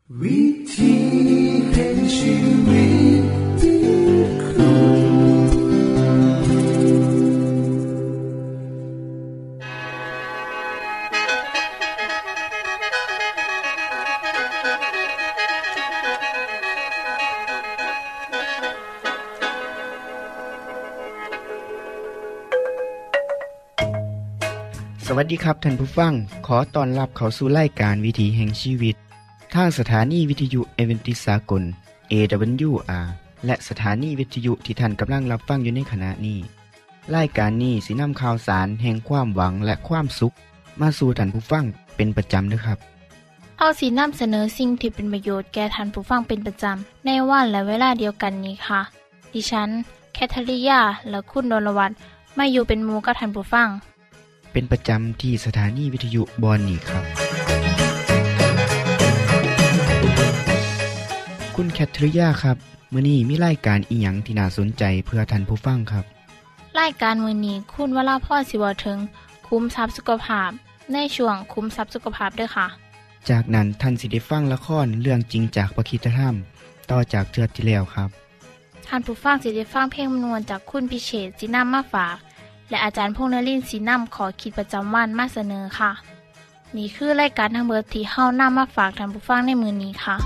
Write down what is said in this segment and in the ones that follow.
วิธีแห่งชีวิตที่คุณสวัสดีครับท่านผู้ฟังขอต้อนรับเข้าสู่รายการวิถีแห่งชีวิตทางสถานีวิทยุเอเวนติสากล AWR และสถานีวิทยุที่ท่านกำลังรับฟังอยู่ในขณะนี้รายการนี้สินำข่าวสารแห่งความหวังและความสุขมาสู่ท่านผู้ฟังเป็นประจำด้วยครับเอาสินำเสนอสิ่งที่เป็นประโยชน์แก่ท่านผู้ฟังเป็นประจำในวันและเวลาเดียวกันนี้ค่ะดิฉันแคทริยาและคุณดลวัฒน์มาอยู่เป็นหมู่กับท่านผู้ฟังเป็นประจำที่สถานีวิทยุบอนนี่ครับคุณแคทริยาครับมื้อนี้มีรายการอีหยังที่น่าสนใจเพื่อท่านผู้ฟังครับรายการมื้อนี้คุณวราพรสิเว้าถึงคุ้มทรัพย์สุขภาพในช่วงคุ้มทรัพย์สุขภาพด้วยค่ะจากนั้นท่านสิได้ฟังละครเรื่องจริงจากพระคริสตธรรมต่อจากเทื่อที่แล้วครับท่านผู้ฟังสิได้ฟังเพลงมนวนจากคุณพิเชษฐ์สินำมาฝากและอาจารย์พงษ์นฤมลศรีนำขอคิดประจำวันมาเสนอค่ะนี่คือรายการทั้งเบิดที่เฮานำมาฝากท่านผู้ฟังในมื้อนี้ค่ะ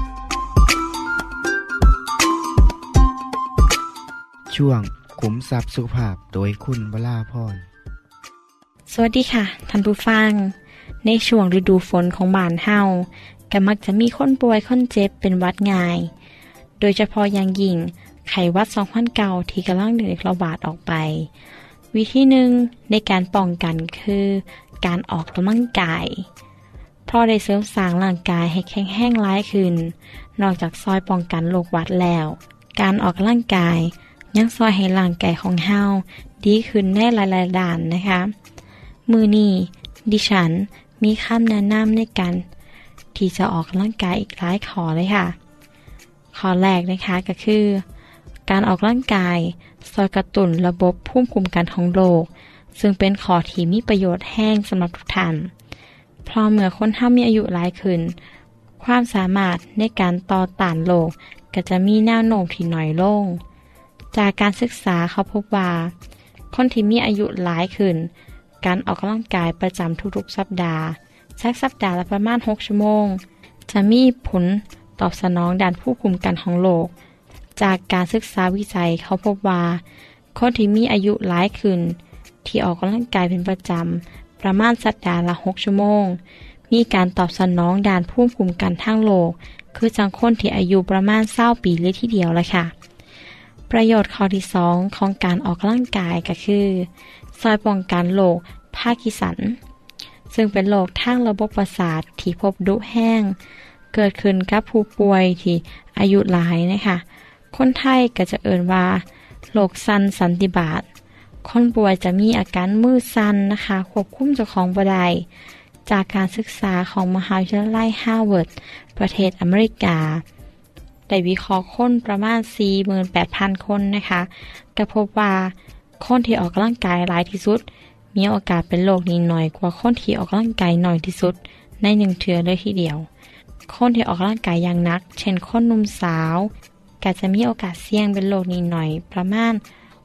ช่วงขุมทรัพย์สุขภาพโดยคุณวราพรสวัสดีค่ะท่านผู้ฟังในช่วงฤดูฝนของบ้านเฮาก็มักจะมีคนป่วยคนเจ็บเป็นหวัดง่ายโดยเฉพาะอย่างยิ่งไข้หวัด2009ที่กำลังเดินระบาดออกไปวิธีหนึ่งในการป้องกันคือการออกกำลังกายเพราะได้เสริมสร้างร่างกายให้แข็งแรงหลายขึ้นนอกจากซอยป้องกันโรคหวัดแล้วการออกกำลังกายยังซอยให้ร่างกายของเฮาดีขึ้นในหลายๆด้านนะคะมื้อนี้ดิฉันมีคำแนะนำในการที่จะออกกำลังกายอีกหลายข้อเลยค่ะข้อแรกนะคะก็คือการออกกำลังกายซอยกระตุ้นระบบภูมิคุ้มกันของโรคซึ่งเป็นข้อที่มีประโยชน์แห้งสำหรับทุกท่านเพราะเมื่อคนเฮามีอายุหลายขึ้นความสามารถในการต่อต้านโรคก็จะมีแนวโน้มที่น้อยลงจากการศึกษาเขาพบว่าคนที่มีอายุหลายขึ้นการออกกำลังกายประจำทุกๆสัปดาห์สักสัปดาห์ละประมาณ6ชั่วโมงจะมีผลตอบสนองด้านภูมิคุ้มกันของโรคจากการศึกษาวิจัยเขาพบว่าคนที่มีอายุหลายขึ้นที่ออกกำลังกายเป็นประจำประมาณสัปดาห์ละ6ชั่วโมงมีการตอบสนองด้านภูมิคุ้มกันทางโรคคือจังคนที่อายุประมาณ20ปีเลยทีเดียวเลยค่ะประโยชน์ข้อที่2ของการออกกำลังกายก็คือช่วยป้องกันโรคพาร์กินสันซึ่งเป็นโรคทางระบบประสาทที่พบดุแห้งเกิดขึ้นกับผู้ป่วยที่อายุหลายนะคะคนไทยก็จะเอ่ยว่าโรคสั่นสันติบาตคนป่วยจะมีอาการมือสั่นนะคะควบคุมเจ้าของบ่ได้จากการศึกษาของมหาวิทยาลัยฮาร์วาร์ดประเทศอเมริกาได้วิเคราะห์คนประมาณ 48,000 คนนะคะก็พบว่าคนที่ออกกำลังกายหลายที่สุดมีโอกาสเป็นโรคนี้น้อยกว่าคนที่ออกกำลังกายน้อยที่สุดใน1เทื่อเลยทีเดียวคนที่ออกกำลังกายอย่างหนักเช่นคนหนุ่มสาวก็จะมีโอกาสเสี่ยงเป็นโรคนี้หน่อยประมาณ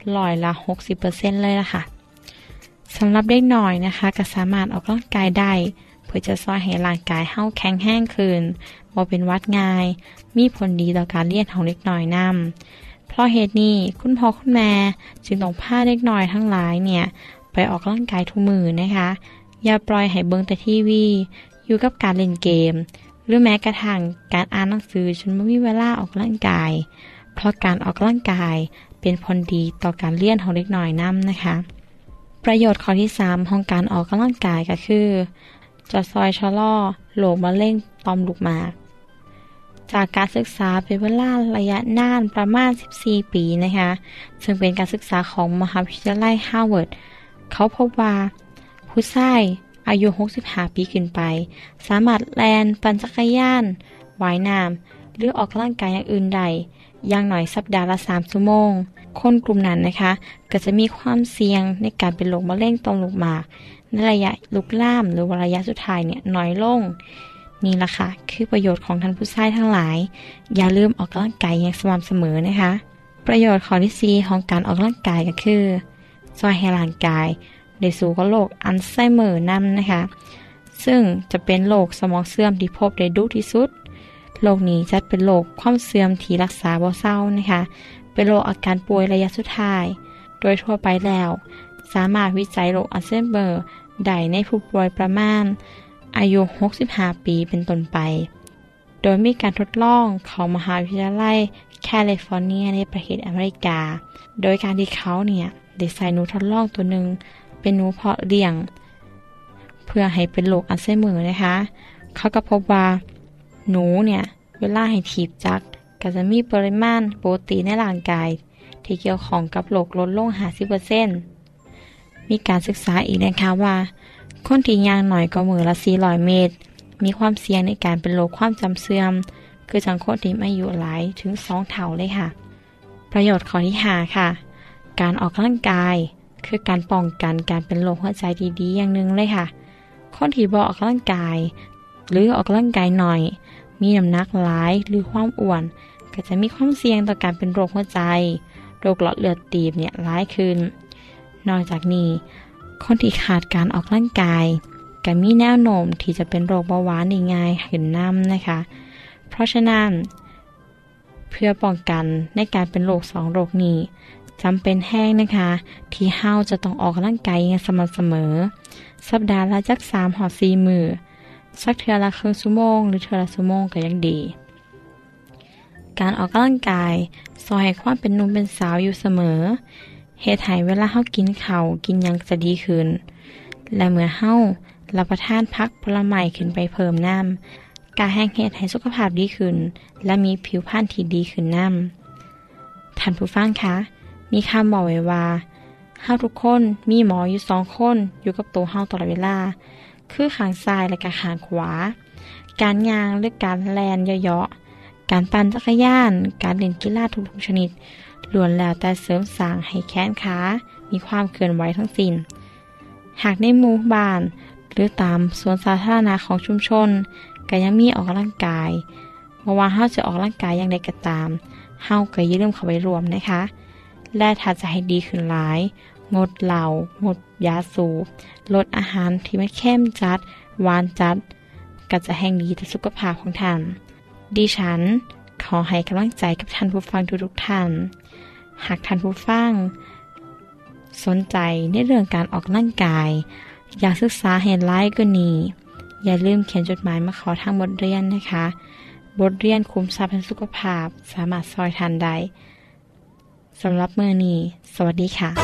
60% เลยล่ะค่ะสำหรับเด็กน้อยนะคะก็สามารถออกกำลังกายได้เพื่อจะช่วยให้ร่างกายเฮาแข็งแรงขึ้นบ่เป็นหวัดง่ายมีผลดีต่อการเรียนของเด็กน้อยนำเพราะเหตุนี้คุณพ่อคุณแม่จึงต้องพาเด็กน้อยทั้งหลายเนี่ยไปออกกำลังกายทุกมื้อนะคะอย่าปล่อยให้เบิ่งแต่ทีวีอยู่กับการเล่นเกมหรือแม้กระทั่งการอ่านหนังสือจนไม่มีเวลาออกกำลังกายเพราะการออกกำลังกายเป็นผลดีต่อการเรียนของเด็กน้อยนำนะคะประโยชน์ข้อที่3ของการออกกำลังกายก็คือจะช่วยชะลอโรคมะเร็งต่อมลูกหมากจากการศึกษาเป็นเวลาระยะนานประมาณ14ปีนะคะซึ่งเป็นการศึกษาของมหาวิทยาลัยฮาร์วาร์ดเขาพบว่าผู้ชายอายุ65ปีขึ้นไปสามารถแล่นปั่นจักรยานว่ายน้ำหรือออกกำลังกายอย่างอื่นได้อย่างน้อยสัปดาห์ละ3ชั่วโมงคนกลุ่มนั้นนะคะก็จะมีความเสี่ยงในการเป็นโรคมะเร็งต่อมลูกหมากในระยะลุกลามหรือว่าระยะสุดท้ายเนี่ยน้อยลงนี่ล่ะค่ะคือประโยชน์ของท่านผู้ชายทั้งหลายอย่าลืมออกกำลังกายอย่างสม่ำเสมอนะคะประโยชน์ข้อที่4ของการออกกำลังกายก็คือช่วยให้ร่างกายได้สู้กับโรคอัลไซเมอร์นํนะคะซึ่งจะเป็นโรคสมองเสื่อมที่พบได้ดุที่สุดโรคนี้จัดเป็นโรคความเสื่อมที่รักษาบ่เศร้านะคะเป็นโรคอาการป่วยระยะสุดท้ายโดยทั่วไปแล้วสามารถวิจัยโรคอัลไซเมอร์ได้ในผู้ป่วยประมาณอายุ65ปีเป็นต้นไปโดยมีการทดลองของมหาวิทยาลัยแคลิฟอร์เนียในประเทศอเมริกาโดยการที่เขาเนี่ยได้ใส่หนูทดลองตัวหนึ่งเป็นหนูเพาะเลี้ยงเพื่อให้เป็นโรคอัลไซเมอร์นะคะเขาก็พบว่าหนูเนี่ยเวลาให้ถีบจักรก็จะมีปริมาณโปรตีนในร่างกายที่เกี่ยวข้องกับโรคลดลง 50% มีการศึกษาอีกนะคะว่าคนที่ย่างหน่อยก็มือละ400 เมตรมีความเสี่ยงในการเป็นโรคความจำเสื่อมคือจังคนที่อายุหลายถึง2 เท่าเลยค่ะประโยชน์ข้อที่5ค่ะการออกกำลังกายคือการป้องกันการเป็นโรคหัวใจดีๆอย่างหนึ่งเลยค่ะคนที่บ่ออกกำลังกายหรือออกกำลังกายหน่อยมีน้ำหนักหลายหรือความอ้วนก็จะมีความเสี่ยงต่อการเป็นโรคหัวใจโรคหลอดเลือดตีบเนี่ยหลายขึ้นนอกจากนี้คนที่ขาดการออกกำลังกายก็มีแนวโน้มที่จะเป็นโรคเบาหวานได้ง่ายขึ้นน้ำนะคะเพราะฉะนั้นเพื่อป้องกันในการเป็นโรค2 โรคนี้จำเป็นแห้งนะคะที่เฮาจะต้องออกกำลังกายอย่างสม่ำเสมอสัปดาห์ละจัก 3-4 มื้อสักเทื่อละครึ่งชั่วโมงหรือเทื่อละชั่วโมงก็ยังดีการออกกำลังกายช่วยให้ความเป็นหนุ่มเป็นสาวอยู่เสมอเฮ็ดให้เวลาเฮากินข้าวกินหยังจะดีขึ้นและเมื่อเฮารับประทานผักผลไม้ขึ้นไปเพิ่มน้ำก็แห้งเฮ็ดให้สุขภาพดีขึ้นและมีผิวพรรณที่ดีขึ้นน้ำท่านผู้ฟังคะมีคำบอกไว้ว่าเฮาทุกคนมีหมออยู่2 คนอยู่กับตัวเฮาตลอดเวลาคือข้างซ้ายและก็ข้างขวาการย่างหรือการแล่นเหาะๆการปั่นจักรยานการเล่นกีฬาทุกๆชนิดล้วนแล้วแต่เสริมสร้างให้แขนขามีความเคลื่อนไหวทั้งสิ้นหากในหมู่บ้านหรือตามสวนสาธารณะของชุมชนก็ยังมีออกกำลังกายบ่ว่าเฮาจะออกกำลังกายอย่างใดก็ตามเฮาก็อย่าลืมเข้าไปร่วมนะคะและถ้าจะให้ดีขึ้นหลายงดเหล้างดยาสูบลดอาหารที่ไม่เข้มจัดหวานจัดก็จะแห่งดีต่อสุขภาพของท่านดิฉันขอให้กำลังใจกับท่านผู้ฟังทุกๆท่านหากท่านผู้ฟังสนใจในเรื่องการออกกำลังกายอยากศึกษาให้หลายกว่านี้อย่าลืมเขียนจดหมายมาขอทางบทเรียนนะคะบทเรียนคุ้มทรัพย์ทางสุขภาพสามารถซอยทันได้สำหรับมื้อนี้สวัสดีค่ะ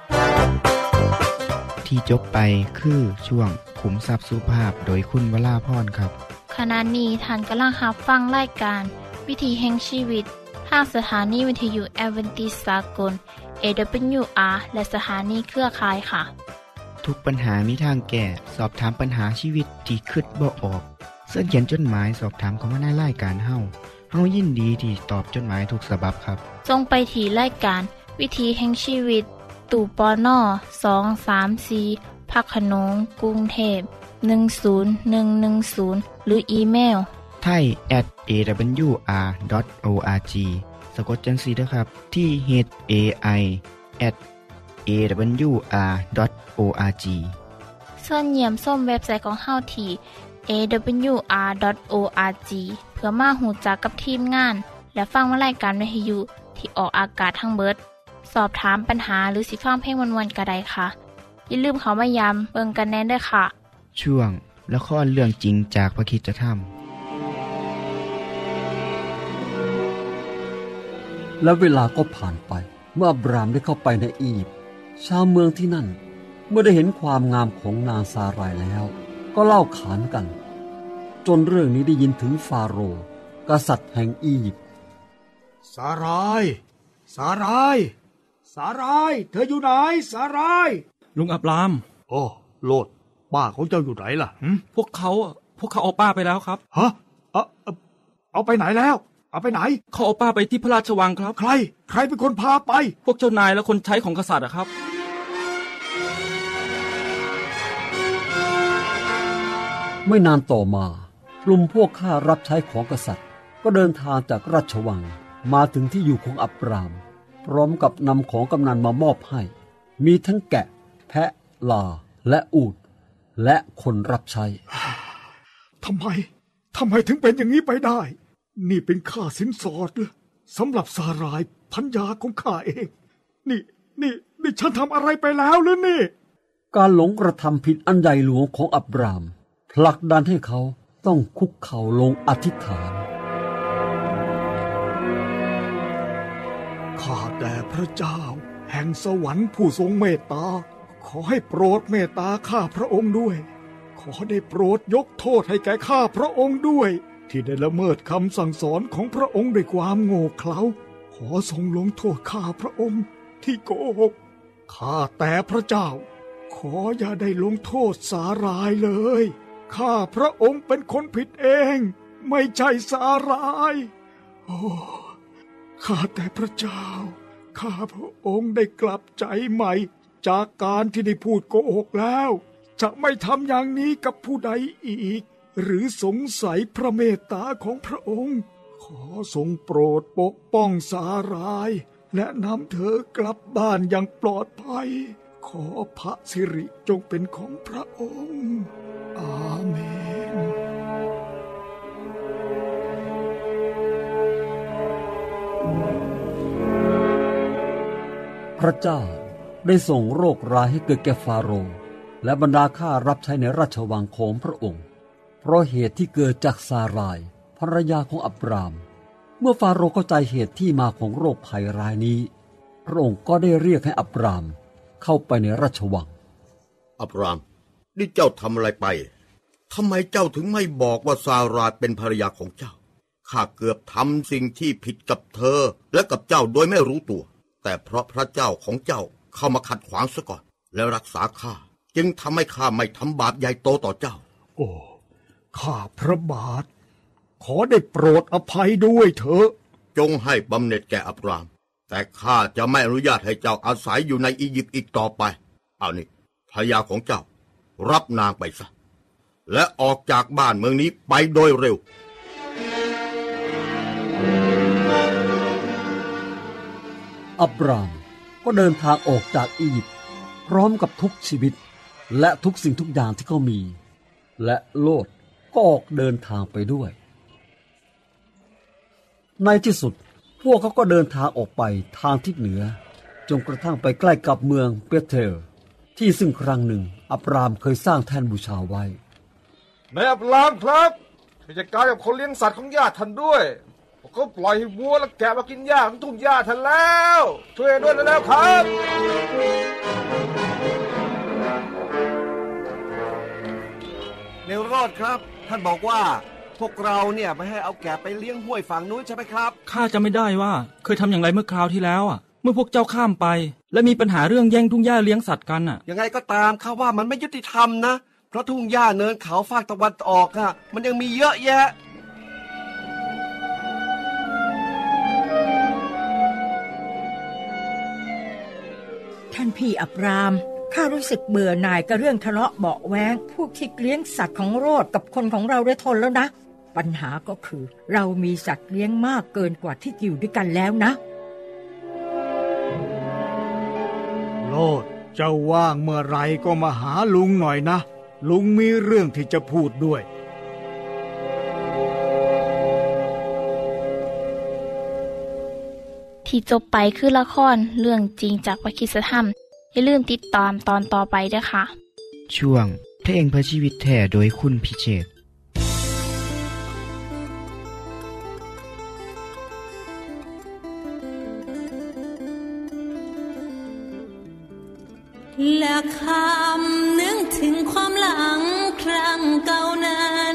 ที่จบไปคือช่วงขุมทรัพย์สุภาพโดยคุณวราพรครับขณะนี้ท่านกำลังรับฟังรายการวิถีแห่งชีวิตทางสถานีวิทยุแอดเวนทิสต์สากล AWR และสถานีเครือข่ายค่ะทุกปัญหามีทางแก้สอบถามปัญหาชีวิตที่คิดบ่ออกเสิร์ชเขียนจดหมายสอบถามเข้ามาในรายการเฮายินดีที่ตอบจดหมายทุกฉบับครับส่งไปที่รายการวิถีแห่งชีวิตตู้ปน234พักขนงกรุงเทพ10110หรืออีเมล thai@awr.org สะกดจังซี่เด้อครับที่ hai@awr.org ส่วนเยี่ยมส้มเว็บไซต์ของเฮาที่ awr.org เพื่อมาหูจักกับทีมงานและฟังวารายการวิทยุที่ออกอากาศทั้งเบิดสอบถามปัญหาหรือสิฟังเพลงม่วนๆก็ได้ค่ะอย่าลืมเข้ามาย้ำเบิ่งกันแน่นด้วยค่ะช่วงละครเรื่องจริงจากพระคริสตธรรมและเวลาก็ผ่านไปเมื่ออับรามได้เข้าไปในอียิปต์ชาวเมืองที่นั่นเมื่อได้เห็นความงามของนางซารายแล้วก็เล่าขานกันจนเรื่องนี้ได้ยินถึงฟาโรห์กษัตริย์แห่งอียิปต์ซารายซารายซารายเธออยู่ไหนซารายลุงอับรามโอ้โลดป้าของเจ้าอยู่ไหนล่ะพวกเขาเอาป้าไปแล้วครับฮะเอาไปไหนแล้วเอาไปไหนเขาเอาป้าไปที่พระราชวังครับใครเป็นคนพาไปพวกเจ้านายและคนใช้ของกษัตริย์ครับไม่นานต่อมากลุ่มพวกข้ารับใช้ของกษัตริย์ก็เดินทางจากราชวังมาถึงที่อยู่ของอับรามพร้อมกับนำของกำนันมามอบให้มีทั้งแกะแพะลาและอูฐและคนรับใช้ทำไมถึงเป็นอย่างนี้ไปได้นี่เป็นค่าสินสอดเลยสำหรับสารายพัญญาของข้าเองนี่ฉันทำอะไรไปแล้วหรือนี่การหลงกระทำผิดอันใหญ่หลวงของอับรามผลักดันให้เขาต้องคุกเข่าลงอธิษฐานข้าแต่พระเจ้าแห่งสวรรค์ผู้ทรงเมตตาขอให้โปรดเมตตาข้าพระองค์ด้วยขอได้โปรดยกโทษให้แก่ข้าพระองค์ด้วยที่ได้ละเมิดคำสั่งสอนของพระองค์ด้วยความโง่เขลาขอทรงลงโทษข้าพระองค์ที่โกหกข้าแต่พระเจ้าขออย่าได้ลงโทษสารายเลยข้าพระองค์เป็นคนผิดเองไม่ใช่สารายโอ้ข้าแต่พระเจ้าข้าพระองค์ได้กลับใจใหม่จากการที่ได้พูดโกหกแล้วจะไม่ทำอย่างนี้กับผู้ใดอีกหรือสงสัยพระเมตตาของพระองค์ขอทรงโปรดปกป้องสารายและนำเธอกลับบ้านอย่างปลอดภัยขอพระสิริจงเป็นของพระองค์อาเมนพระเจ้าได้ส่งโรคร้ายให้เกิดแก่ฟาโรห์และบรรดาข้ารับใช้ในราชวังของพระองค์เพราะเหตุที่เกิดจากซารายภรรยาของอับรามเมื่อฟาโรห์เข้าใจเหตุที่มาของโรคภัยร้ายนี้พระองค์ก็ได้เรียกให้อับรามเข้าไปในราชวังอับรามนี่เจ้าทำอะไรไปทำไมเจ้าถึงไม่บอกว่าซารายเป็นภรรยาของเจ้าข้าเกือบทำสิ่งที่ผิดกับเธอและกับเจ้าโดยไม่รู้ตัวแต่เพราะพระเจ้าของเจ้าเข้ามาขัดขวางซะก่อนและรักษาข้าจึงทำให้ข้าไม่ทำบาปใหญ่โตต่อเจ้าโอ้ข้าพระบาทขอได้โปรดอภัยด้วยเถอะจงให้บำเหน็จแก่อับรามแต่ข้าจะไม่อนุญาตให้เจ้าอาศัยอยู่ในอียิปต์อีกต่อไปเอานี่ภรรยาของเจ้ารับนางไปซะและออกจากบ้านเมืองนี้ไปโดยเร็วอับรามก็เดินทางออกจากอียิปต์พร้อมกับทุกชีวิตและทุกสิ่งทุกอย่างที่เขามีและโลดก็ออกเดินทางไปด้วยในที่สุดพวกเขาก็เดินทางออกไปทางทิศเหนือจนกระทั่งไปใกล้กับเมืองเบเธลที่ซึ่งครั้งหนึ่งอับรามเคยสร้างแท่นบูชาไว้นายอับรามครับมีจัดการกับคนเลี้ยงสัตว์ของญาติท่านด้วยเขาปล่อยให้วัวและแกะมากินหญ้าของทุ่งหญ้าท่านแล้วช่วยด้วยแล้วครับเนรอดครับท่านบอกว่าพวกเราเนี่ยไม่ให้เอาแกะไปเลี้ยงห้วยฝั่งนู้นใช่ไหมครับข้าจำไม่ได้ว่าเคยทำอย่างไรเมื่อคราวที่แล้วเมื่อพวกเจ้าข้ามไปและมีปัญหาเรื่องแย่งทุ่งหญ้าเลี้ยงสัตว์กันยังไงก็ตามข้าว่ามันไม่ยุติธรรมนะเพราะทุ่งหญ้าเนินเขาภาคตะวันออกมันยังมีเยอะแยะท่านพี่อับรามข้ารู้สึกเบื่อหน่ายกับเรื่องทะเลาะเบาะแว้งพวกที่เลี้ยงสัตว์ของโรดกับคนของเราได้ทนแล้วนะปัญหาก็คือเรามีสัตว์เลี้ยงมากเกินกว่าที่อยู่ด้วยกันแล้วนะโลดเจ้าว่างเมื่อไรก็มาหาลุงหน่อยนะลุงมีเรื่องที่จะพูดด้วยที่จบไปคือละครเรื่องจริงจากวิคิสธรรมอย่าลืมติดตามตอนต่อไปด้วยค่ะช่วงเพลงเพื่อชีวิตแท้โดยคุณพิเชษฐ์และคำนึกถึงความหลังครั้งเก่านั้น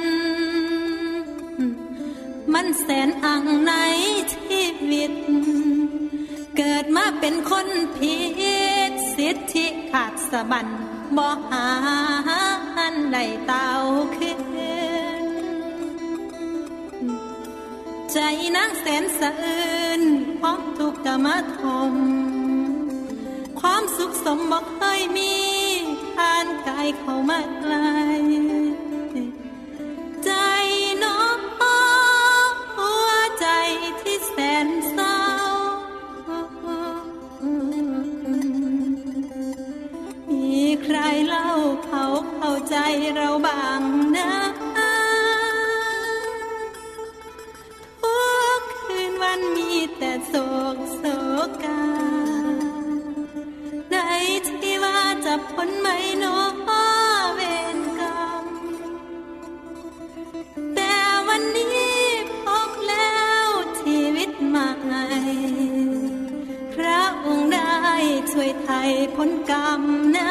มันแสนอังในชีวิตเกิดมาเป็นคนผิดสิทธิขาดสะบันบ่หาอันใดเต้าขึ้นใจนางแสนสะอื้นเพราะทุกข์กะมาทมความสุขสมบ่เคยมีผ่านกายเข้ามาไกลใจนานมีแต่โศกโศกาในที่ว่าจะพ้นไหมเนาะเวรกรรมแต่วันนี้พบแล้วชีวิตใหม่พระองค์ได้ช่วยไถ่พ้นกรรมนะ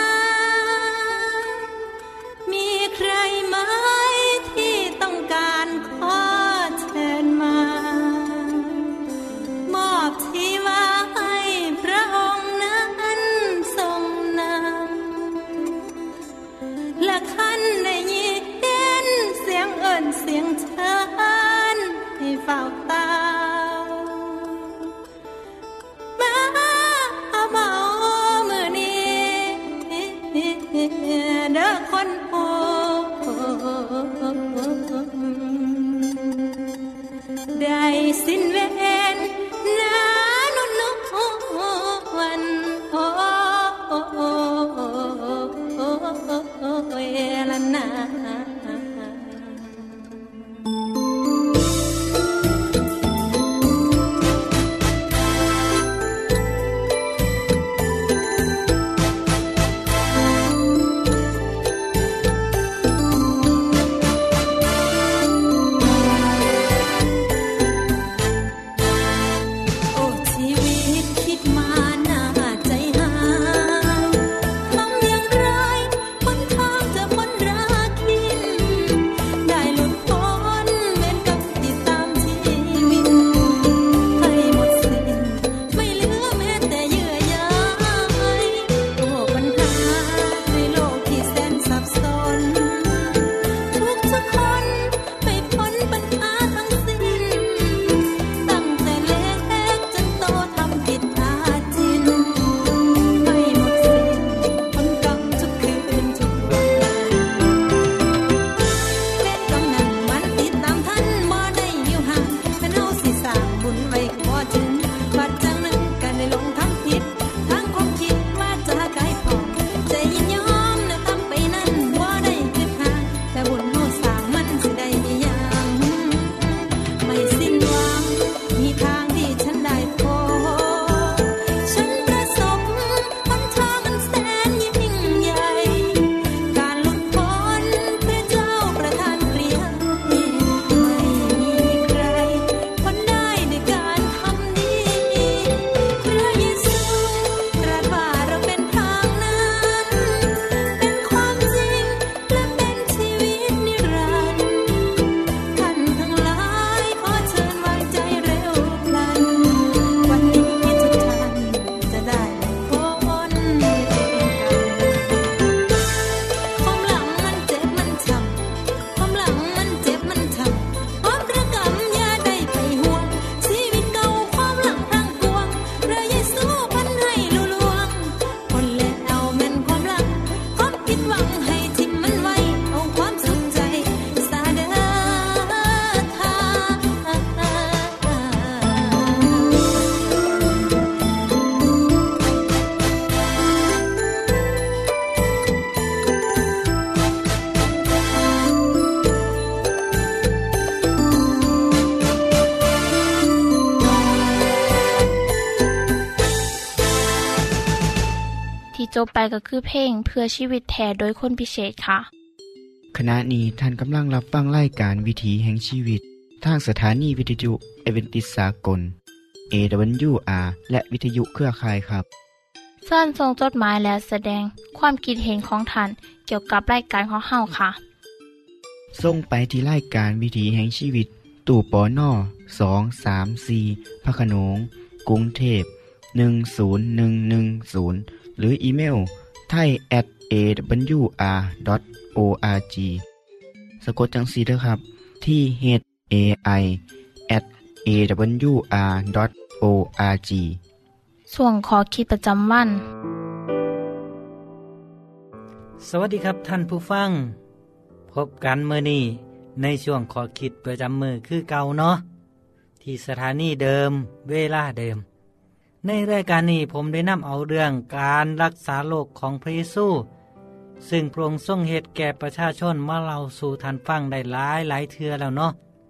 มีใครไหมที่ต้องการขอเชิญมามอบชีวาให้พระองค์นั้นทรงนำและคันได้ยินเสียงเอิ้นเสียงเชิญให้เฝ้าตามาเมามื้อนี้เด้อคนโอ้ได้สิ้นเวรนานุนวันโอ้เวลานาจบไปก็คือเพลงเพื่อชีวิตแทนโดยคนพิเศษค่ะขณะนี้ท่านกำลังรับฟังรายการวิถีแห่งชีวิตทางสถานีวิทยุเอเวนติสากล AWR และวิทยุเครือข่ายครับเชิญส่งจดหมายและแสดงความคิดเห็นของท่านเกี่ยวกับรายการของเฮาค่ะส่งไปที่รายการวิถีแห่งชีวิตตู้ปน234พระโขนงกรุงเทพ10110หรืออีเมล thai@awr.org สะกดจังสีด้วยครับที่ hai@awr.org ส่วนขอคิดประจำวันสวัสดีครับท่านผู้ฟังพบกันมื้อนี้ในช่วงขอคิดประจำมือคือเก่าเนาะที่สถานีเดิมเวลาเดิมในรายการนี้ผมได้นำเอาเรื่องการรักษาโรคของพระเยซูซึ่งพระองค์ทรงเหตุแก่ประชาชนมาเล่าสู่ท่านฟังได้หลายเทื่อแล้วเนาะ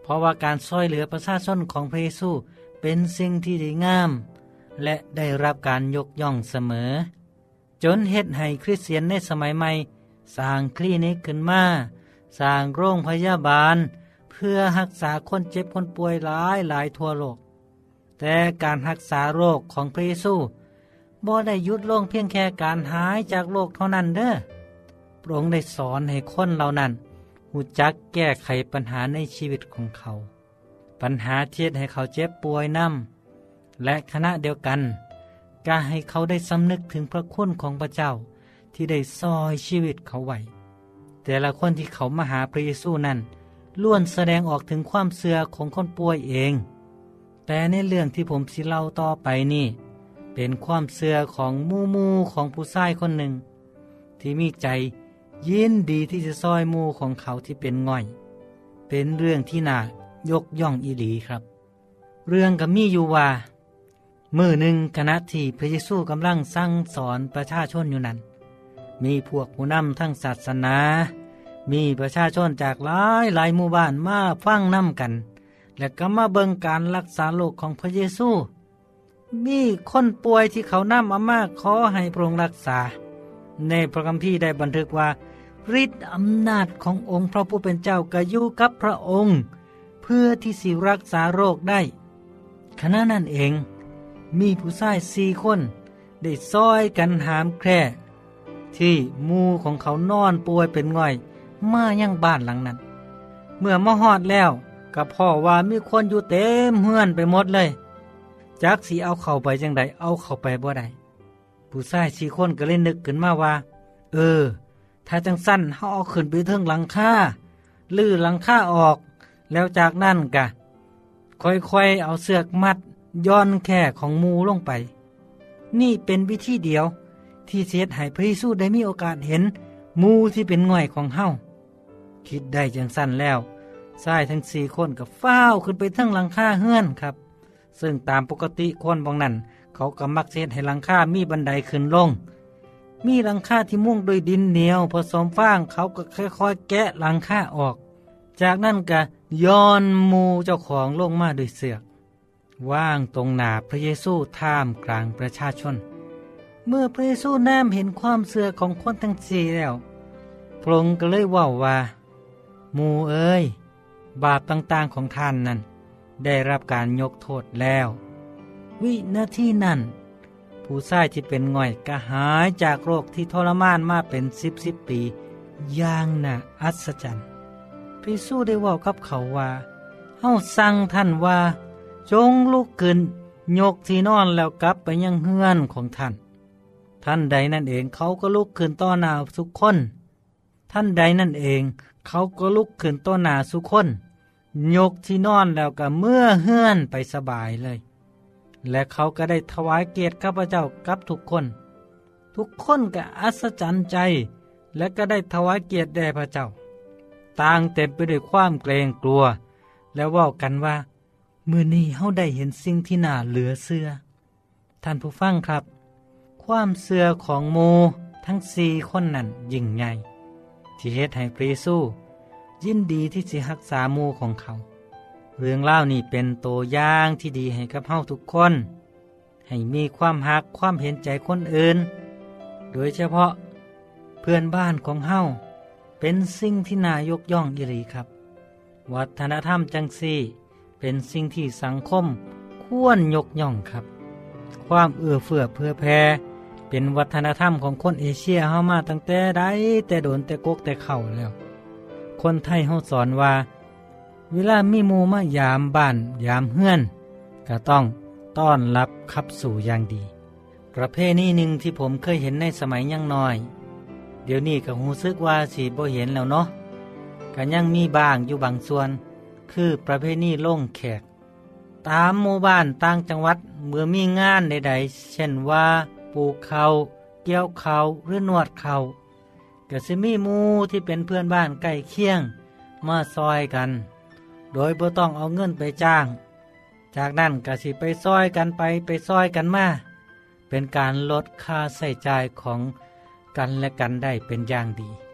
เพราะว่าการช่วยเหลือประชาชนของพระเยซูเป็นสิ่งที่ดีงามและได้รับการยกย่องเสมอจนเฮ็ดให้คริสเตียนในสมัยใหม่สร้างคลินิกขึ้นมาสร้างโรงพยาบาลเพื่อรักษาคนเจ็บคนป่วยหลายทั่วโลกแต่การรักษาโรคของพระเยซูบ่ได้หยุดลงเพียงแค่การหายจากโรคเท่านั้นเด้อพระองค์ได้สอนให้คนเหล่านั้นรู้จักแก้ไขปัญหาในชีวิตของเขาปัญหาที่ให้เขาเจ็บป่วยนำและขณะเดียวกันก็ให้เขาได้สำนึกถึงพระคุณของพระเจ้าที่ได้ซอยชีวิตเขาไว้แต่ละคนที่เขามาหาพระเยซูนั้นล้วนแสดงออกถึงความเสื่อของคนป่วยเองแต่ในเรื่องที่ผมสิเล่าต่อไปนี่เป็นความเสื่อของหมู่ของผู้ชายคนหนึ่งที่มีใจยินดีที่จะซอยหมู่ของเขาที่เป็นง่อยเป็นเรื่องที่น่ายกย่องอีหลีครับเรื่องก็มีอยู่ว่ามื้อหนึ่งขณะที่พระเยซูกำลังสั่งสอนประชาชนอยู่นั้นมีพวกผู้นำทั้งศาสนามีประชาชนจากหลายหมู่บ้านมาฟังนำกันและก็มาเบิ่งการรักษาโรคของพระเยซูมีคนป่วยที่เขานำเอามาขอให้พระองค์รักษาในพระคัมภีร์ได้บันทึกว่าฤทธิ์อำนาจขององค์พระผู้เป็นเจ้าก็อยู่กับพระองค์เพื่อที่สิรักษาโรคได้ขณะนั้นเองมีผู้ชาย4 คนได้ซอยกันหามแคร่ที่หมู่ของเขานอนป่วยเป็นง่อยมายังบ้านหลังนั้นเมื่อมาฮอดแล้วก็พ่อว่ามีคนอยู่เต็มเฮือนไปหมดเลยจักสิเอาเข้าไปจังใดเอาเข้าไปบ่ได้ผู้ชาย4 คนก็เลยนึกขึ้นมาว่าถ้าจังสั้นเฮาเอาขึ้นไปเทิงหลังคาลื้อหลังคาออกแล้วจากนั้นก็ค่อยๆเอาเสือกมัดย้อนแค่ของหมู่ลงไปนี่เป็นวิธีเดียวที่เฮ็ดให้พระเยซูได้มีโอกาสเห็นหมู่ที่เป็นง่อยของเฮาคิดได้จังสั้นแล้วชายทั้ง4 คนก็ฟ้าวขึ้นไปเทิงหลังคาเฮือนครับซึ่งตามปกติคนบางนั้นเขาก็มักเฮ็ดให้หลังคามีบันไดขึ้นลงมีหลังคาที่มุงด้วยดินเหนียวผสมฟางเขาก็ค่อยๆแกะหลังคาออกจากนั้นก็ย้อนหมู่เจ้าของลงมาด้วยเสือกว่างตรงหน้าพระเยซูท่ามกลางประชาชนเมื่อพระเยซูแนมเห็นความเสื่อของคนทั้ง4แล้วพระองค์ก็เลยเว้าว่าหมู่เอ้ยบาปต่างๆของท่านนั้นได้รับการยกโทษแล้ววินาทีนั้นผู้ชายที่เป็นง่อยก็หายจากโรคที่ทรมานมาเป็น10 ปีอย่างน่าอัศจรรย์พระเยซูได้เว้ากับเขาว่าเฮาสั่งท่านว่าจงลุกขึ้นยกที่นอนแล้วกลับไปยังเฮือนของท่านท่านใดนั่นเองเขาก็ลุกขึ้นต่อหน้าทุกคนท่านใดนั่นเองเขาก็ลุกขึ้นต่อหน้าทุกคนยกที่นอนแล้วก็เมื่อเฮือนไปสบายเลยและเขาก็ได้ถวายเกียรติข้าพเจ้ากับทุกคนก็อัศจรรย์ใจและก็ได้ถวายเกียรติแด่พระเจ้าต่างเต็มไปด้วยความเกรงกลัวและเว้ากันว่ามื้อนี้เฮาได้เห็นสิ่งที่น่าเหลือเชื่อท่านผู้ฟังครับความเชื่อของหมู่ทั้ง4 คนนั้นยิ่งใหญ่ที่เฮ็ดให้พระเยซูยินดีที่สิรักษาหมู่ของเขาเรื่องเล่านี่เป็นตัวอย่างที่ดีให้กับเฮาทุกคนให้มีความรักความเห็นใจคนอื่นโดยเฉพาะเพื่อนบ้านของเฮาเป็นสิ่งที่น่ายกย่องอีหลีครับวัฒนธรรมจังซี่เป็นสิ่งที่สังคมควรยกย่องครับความเอื้อเฟื้อเผื่อแผ่เป็นวัฒนธรรมของคนเอเชียเฮามาตั้งแต่ใดแต่โดนแต่กกแต่เข้าแล้วคนไทยเฮาสอนว่าเวลามีหมู่มายามบ้านยามเฮือนก็ต้องต้อนรับขับสู่อย่างดีประเพณีหนึ่งที่ผมเคยเห็นในสมัยยังน้อยเดี๋ยวนี้ก็รู้สึกว่าสิบ่เห็นแล้วเนาะก็ยังมีบ้างอยู่บางส่วนคือประเพณีลงแขกตามหมู่บ้านต่างจังหวัดเมื่อมีงานใดๆเช่นว่าปลูกข้าวเกี่ยวข้าวหรือนวดข้าวก็สิมีหมู่ที่เป็นเพื่อนบ้านใกล้เคียงมาซอยกันโดยบ่ต้องเอาเงินไปจ้างจากนั้นก็สิไปซอยกันไปซอยกันมาเป็นการลดค่าใช้จ่ายของกันและกันได้เป็นอย่างดี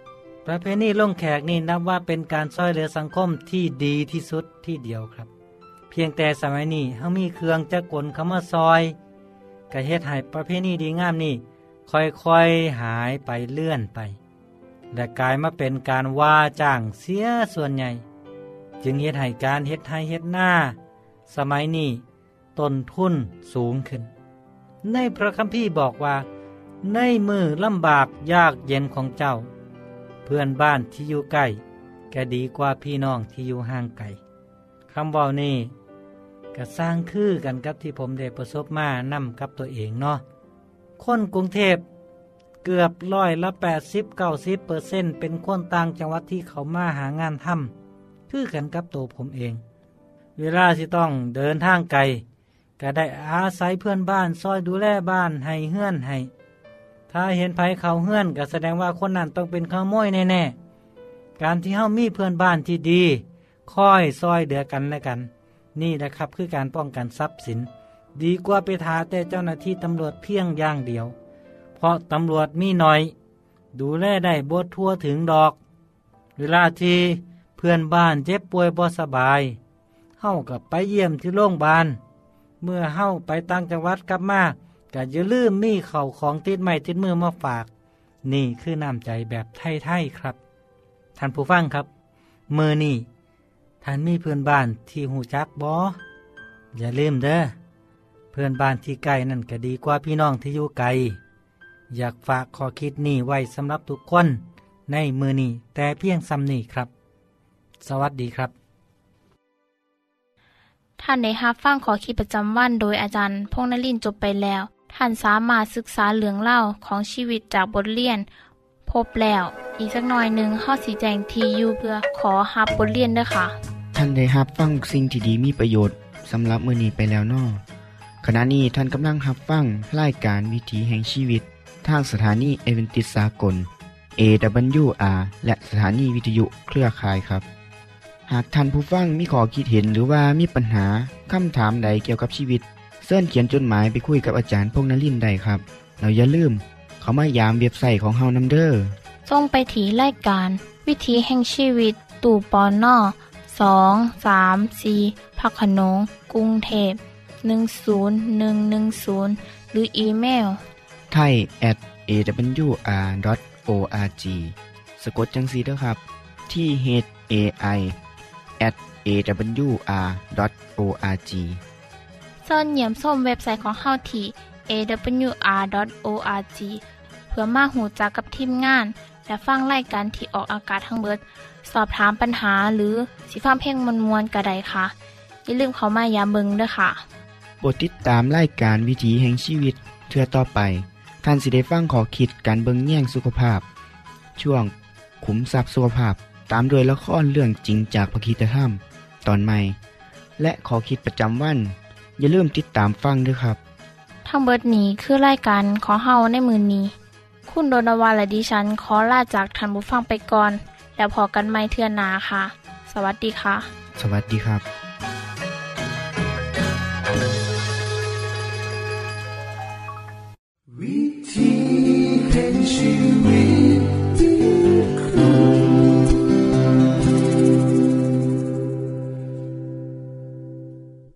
ประเพณีลงแขกนี่นับว่าเป็นการช่วยเหลือสังคมที่ดีที่สุดที่เดียวครับเพียงแต่สมัยนี้เฮามีเครื่องจักรกลเข้ามาซอยก็เฮ็ดให้ประเพณีดีงามนี่ค่อยๆหายไปเลื่อนไปและกลายมาเป็นการว่าจ้างเสียส่วนใหญ่จึงเฮ็ดให้การเฮ็ดไร่เฮ็ดนาสมัยนี้ต้นทุนสูงขึ้นในพระคัมภีร์บอกว่าในมือลำบากยากเย็นของเจ้าเพื่อนบ้านที่อยู่ใกล้ก็ดีกว่าพี่น้องที่อยู่ห่างไกลคำบอกนี้ก็สร้างคือกันกับที่ผมได้ประสบมานํกับตัวเองเนาะคนกรุงเทพเกือบ80-90% เป็นคนต่างจังหวัดที่เขามาหางานทำคือกันกับตัวผมเองเวลาที่ต้องเดินทางไกลก็ได้อาศัยเพื่อนบ้านซอยดูแลบ้านให้เฮือนให้ถ้าเห็นไผเขาเฮือนก็แสดงว่าคนนั้นต้องเป็นขโมยแน่ๆการที่เฮามีเพื่อนบ้านที่ดีคอยซอยเดือกันและกันนี่แหละครับคือการป้องกันทรัพย์สินดีกว่าไปหาแต่เจ้าหน้าที่ตำรวจเพียงอย่างเดียวเพราะตำรวจมีน้อยดูแลได้บ่ทั่วถึงดอกเวลาที่เพื่อนบ้านเจ็บป่วยบ่สบายเฮาก็ไปเยี่ยมที่โรงพยาบาลเมื่อเฮาไปต่างจังหวัดกลับมาก็อย่าลืมมีข้าวของติดไม้ติดมือมาฝากนี่คือน้ำใจแบบไทยๆครับท่านผู้ฟังครับมื้อนี้ท่านมีเพื่อนบ้านที่หูจักบ่อย่าลืมเด้อเพื่อนบ้านที่ใกล้นั่นก็ดีกว่าพี่น้องที่อยู่ไกลอยากฝากข้อคิดนี้ไว้สำหรับทุกคนในมื้อนี้แต่เพียงซ้ำนี้ครับสวัสดีครับท่านได้รับฟังขอคิดประจำวันโดยอาจารย์พงษ์นฤมลจบไปแล้วท่านสามารถศึกษาเรื่องเล่าของชีวิตจากบทเรียนพบแล้วอีกสักหน่อยหนึ่งข้อสีแจงทีอยู่เพื่อขอรับบทเรียนด้วยค่ะท่านได้รับฟังสิ่งที่ดีมีประโยชน์สำหรับมื้อนี้ไปแล้วน้อขณะนี้ท่านกำลังรับฟังรายการวิถีแห่งชีวิตทางสถานีเอเวนติสากล AWR และสถานีวิทยุเครือข่ายครับหากท่านผู้ฟังมีข้อคิดเห็นหรือว่ามีปัญหาคำถามใดเกี่ยวกับชีวิตเชิญเขียนจดหมายไปคุยกับอาจารย์พงษ์นฤมลได้ครับแล้วอย่าลืมเข้ามายามเว็บไซต์ของเฮานำเด้อส่งไปที่รายการวิถีแห่งชีวิตตู่ปน234พักขนงกรุงเทพ10110หรืออีเมล thai@awr.org สะกดจังซี่เด้อครับที่ thai@awr.org ส่วนเยี่ยมชมเว็บไซต์ของเฮาที่ awr.org เพื่อมาหูจักกับทีมงานและฟังรายการที่ออกอากาศทั้งเบิดสอบถามปัญหาหรือสิฟังเพลงมวลๆก็ได้ค่ะอย่าลืมเข้ามายามเบิ่งด้วยค่ะโปรดติดตามรายการวิถีแห่งชีวิตเทื่อต่อไปท่านสิได้ฟังขอคิดการเบิ่งแย่งสุขภาพช่วงขุมทรัพย์สุขภาพตามโดยละครเรื่องจริงจากพระคริสตธรรมตอนใหม่และขอคิดประจำวันอย่าลืมติดตามฟังด้วยครับทั้งเบิดนี้คือรายการของเฮาในมื้อนี้คุณโดนวาและดิฉันขอลาจากท่านผู้ฟังไปก่อนแล้วพอกันใหม่เทื่อหน้าค่ะสวัสดีค่ะสวัสดีครับวิถีแห่งชีวิต